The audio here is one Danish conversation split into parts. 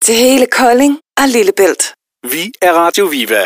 til hele Kolding og Lillebælt. Vi er Radio Viva.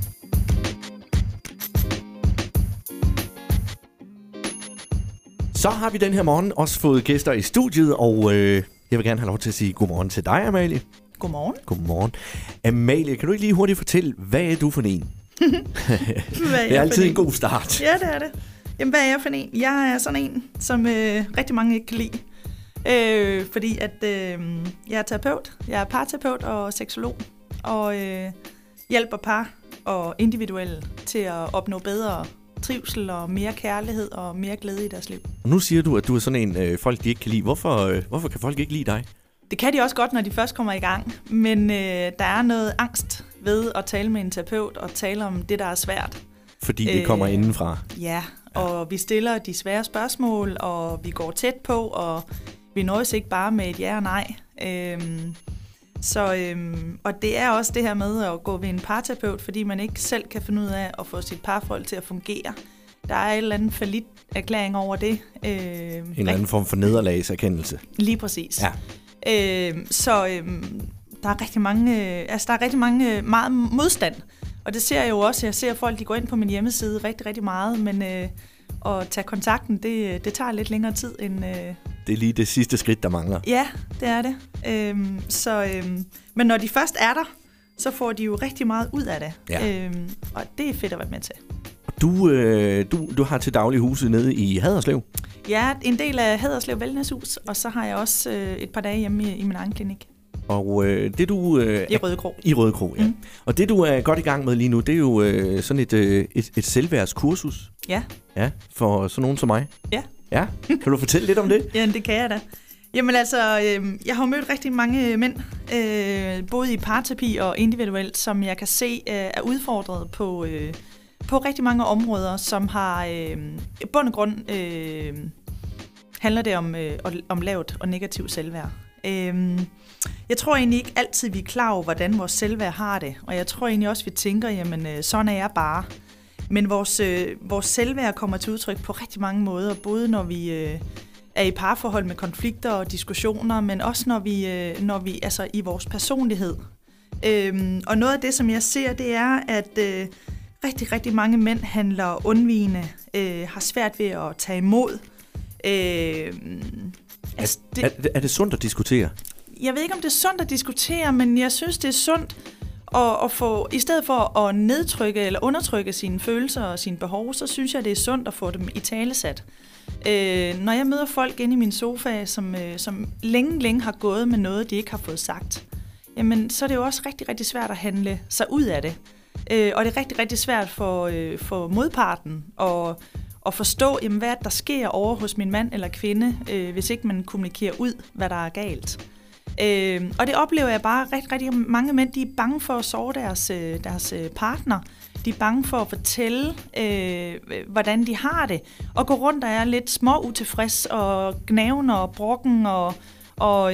Så har vi den her morgen også fået gæster i studiet, og jeg vil gerne have lov til at sige godmorgen til dig, Amalie. Godmorgen. Godmorgen. Amalie, kan du ikke lige hurtigt fortælle, hvad er du for en? Det er altid en god start. Ja, det er det. Jamen, hvad er jeg for en? Jeg er sådan en, som rigtig mange ikke kan lide. Fordi at jeg er terapeut. Jeg er parterapeut og seksolog. Og hjælper par og individuelle til at opnå bedre trivsel og mere kærlighed og mere glæde i deres liv. Og nu siger du, at du er sådan en, folk de ikke kan lide. Hvorfor kan folk ikke lide dig? Det kan de også godt, når de først kommer i gang. Men der er noget angst ved at tale med en terapeut og tale om det, der er svært. Fordi det kommer indenfra. Ja, og vi stiller de svære spørgsmål, og vi går tæt på, og vi nøjes ikke bare med et ja og nej. Og det er også det her med at gå ved en parterapeut, fordi man ikke selv kan finde ud af at få sit parforhold til at fungere. Der er et eller andet falliterklæring over det. En eller anden form for nederlagserkendelse. Lige præcis. Ja. Der er rigtig mange, meget modstand. Og det ser jeg jo også. Jeg ser, at folk de går ind på min hjemmeside rigtig, rigtig meget, men at tage kontakten, det tager lidt længere tid end... Det er lige det sidste skridt, der mangler. Ja, det er det. Men når de først er der, så får de jo rigtig meget ud af det. Ja. Og det er fedt at være med til. Du har til daglig huset nede i Haderslev? Ja, en del af Haderslev Wellnesshus, og så har jeg også et par dage hjemme i min egen klinik. Og det du... I Rødekro. I Rødekro, ja. Og det du er godt i gang med lige nu, det er jo sådan et selvværdskursus. Ja. Ja, for sådan nogen som mig. Ja. Ja, kan du fortælle lidt om det? Ja, det kan jeg da. Jamen altså, jeg har jo mødt rigtig mange mænd, både i parterapi og individuelt, som jeg kan se er udfordret på rigtig mange områder, som har i bund og grund handler det om lavt og negativt selvværd. Jeg tror egentlig ikke altid, vi er klar over, hvordan vores selvværd har det, og jeg tror egentlig også, vi tænker, jamen sådan er jeg bare. Men vores selvværd kommer til udtryk på rigtig mange måder, både når vi er i parforhold med konflikter og diskussioner, men også når vi altså i vores personlighed. Og noget af det, som jeg ser, det er, at rigtig, rigtig mange mænd handler undvigende, har svært ved at tage imod. Er det sundt at diskutere? Jeg ved ikke, om det er sundt at diskutere, men jeg synes, det er sundt at få, i stedet for at nedtrykke eller undertrykke sine følelser og sine behov, så synes jeg, det er sundt at få dem i talesat. Når jeg møder folk inde i min sofa, som længe har gået med noget, de ikke har fået sagt, jamen, så er det jo også rigtig, rigtig svært at handle sig ud af det. Og det er rigtig, rigtig svært for modparten at forstå, jamen, hvad der sker over hos min mand eller kvinde, hvis ikke man kommunikerer ud, hvad der er galt. Og det oplever jeg bare, rigtig, rigtig mange mænd, de er bange for at såre deres partner. De er bange for at fortælle, hvordan de har det, og gå rundt og er lidt små utilfreds og gnaven og brokken og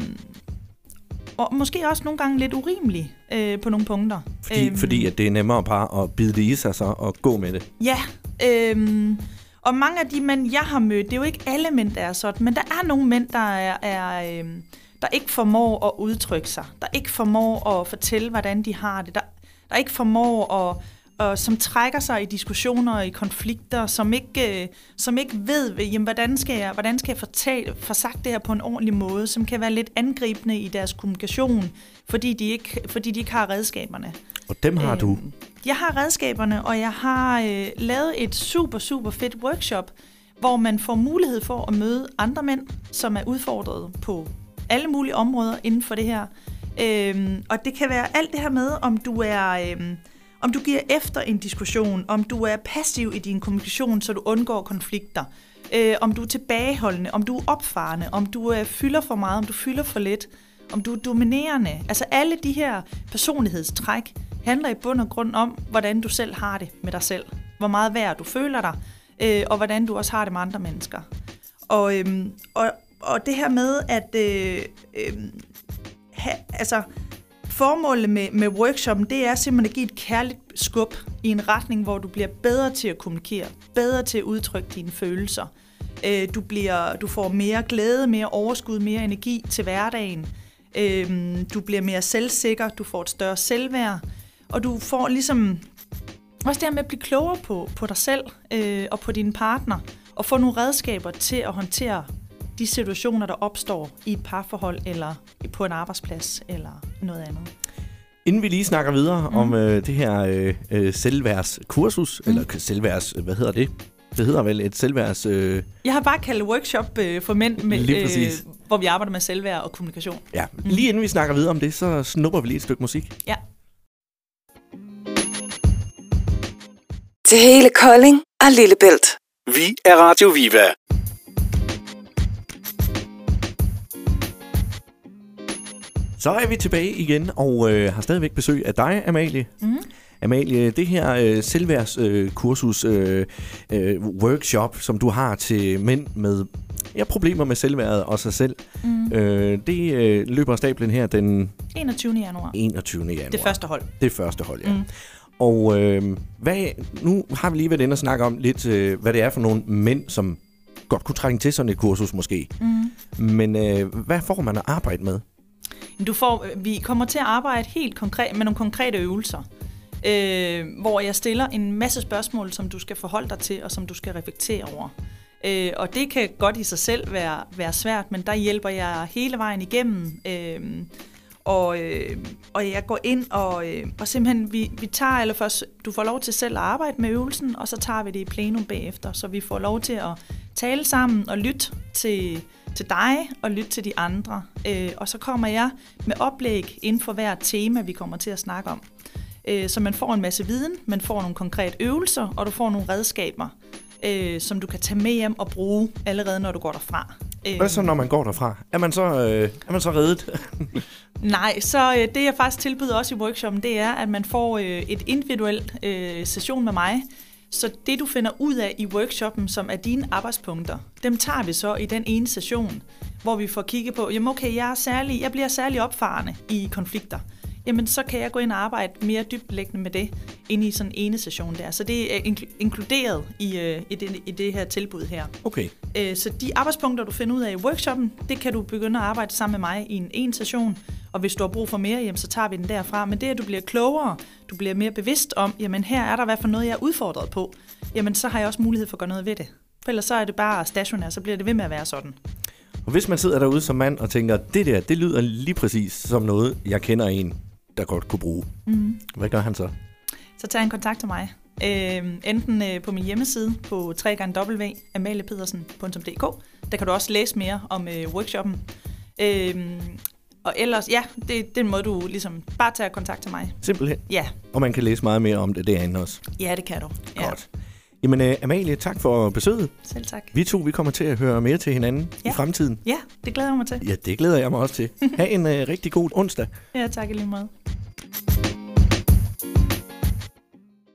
måske også nogle gange lidt urimelig på nogle punkter. Fordi at det er nemmere bare at bide det i sig så og gå med det. Ja, og mange af de mænd, jeg har mødt, det er jo ikke alle mænd, der er sådan, men der er nogle mænd, der ikke formår at udtrykke sig, der ikke formår at fortælle, hvordan de har det, der ikke formår som trækker sig i diskussioner og i konflikter, som ikke ved, jamen, hvordan skal jeg få sagt det her på en ordentlig måde, som kan være lidt angribende i deres kommunikation, fordi de ikke har redskaberne. Og dem har du? Jeg har redskaberne, og jeg har lavet et super, super fedt workshop, hvor man får mulighed for at møde andre mænd, som er udfordret på alle mulige områder inden for det her. Og det kan være alt det her med, om du giver efter en diskussion, om du er passiv i din kommunikation, så du undgår konflikter, om du er tilbageholdende, om du er opfarende, om du fylder for meget, om du fylder for lidt, om du er dominerende. Altså alle de her personlighedstræk handler i bund og grund om, hvordan du selv har det med dig selv. Hvor meget værd du føler dig, og hvordan du også har det med andre mennesker. Og det her med, at formålet med workshoppen, det er simpelthen at give et kærligt skub i en retning, hvor du bliver bedre til at kommunikere, bedre til at udtrykke dine følelser. Du får mere glæde, mere overskud, mere energi til hverdagen. Du bliver mere selvsikker, du får et større selvværd, og du får ligesom også det her med at blive klogere på dig selv og på din partner, og få nogle redskaber til at håndtere de situationer, der opstår i et parforhold, eller på en arbejdsplads, eller noget andet. Inden vi lige snakker videre om det her selvværdskursus, eller selvværds, hvad hedder det? Det hedder vel et selvværds... Jeg har bare kaldt workshop for mænd, hvor vi arbejder med selvværd og kommunikation. Ja, lige inden vi snakker videre om det, så snupper vi lige et stykke musik. Ja. Til hele Kolding og Lillebælt. Vi er Radio Viva. Så er vi tilbage igen, og har stadigvæk besøg af dig, Amalie. Amalie, det her selvværdskursus workshop, som du har til mænd med problemer med selvværdet og sig selv, det løber af stablen her den 21. januar. 21. januar. Det første hold. Det første hold, ja. Og nu har vi lige været inde og snakke om lidt, hvad det er for nogle mænd, som godt kunne trænge til sådan et kursus måske. Men hvad får man at arbejde med? Vi kommer til at arbejde helt konkret med nogle konkrete øvelser, hvor jeg stiller en masse spørgsmål, som du skal forholde dig til, og som du skal reflektere over. Og det kan godt i sig selv være svært, men der hjælper jeg hele vejen igennem. Og jeg går ind og simpelthen, vi tager allerførst, du får lov til selv at arbejde med øvelsen, og så tager vi det i plenum bagefter, så vi får lov til at tale sammen og lytte til dig og lytte til de andre. Og så kommer jeg med oplæg inden for hvert tema, vi kommer til at snakke om. Så man får en masse viden, man får nogle konkrete øvelser, og du får nogle redskaber, som du kan tage med hjem og bruge allerede, når du går derfra. Hvad så, når man går derfra? Er man så reddet? Nej, så det jeg faktisk tilbyder også i workshoppen, det er, at man får et individuelt session med mig. Så det, du finder ud af i workshoppen, som er dine arbejdspunkter, dem tager vi så i den ene session, hvor vi får kigget på, jamen okay, jeg bliver særlig opfarende i konflikter. Jamen så kan jeg gå ind og arbejde mere dybtliggende med det inde i sådan en ene session der. Så det er inkluderet i det her tilbud her. Okay. Så de arbejdspunkter, du finder ud af i workshoppen, det kan du begynde at arbejde sammen med mig i en session. Og hvis du har brug for mere, jamen, så tager vi den derfra. Men det, at du bliver klogere, du bliver mere bevidst om, jamen her er der hvad for noget, jeg er udfordret på, jamen så har jeg også mulighed for at gøre noget ved det. For ellers så er det bare stationært, så bliver det ved med at være sådan. Og hvis man sidder derude som mand og tænker, det lyder lige præcis som noget, jeg kender en, der godt kunne bruge. Hvad gør han så? Så tager han kontakt til mig. Enten på min hjemmeside på www.amaliepedersen.dk. Der kan du også læse mere om workshoppen. Og ellers, ja, det er den måde, du ligesom bare tager kontakt til mig. Simpelthen? Ja. Og man kan læse meget mere om det derinde også? Ja, det kan du. Ja. Godt. Jamen, Amalie, tak for besøget. Selv tak. Vi kommer til at høre mere til hinanden i fremtiden. Ja, det glæder jeg mig til. Ja, det glæder jeg mig også til. Ha' en rigtig god onsdag. Ja, tak i lige måde.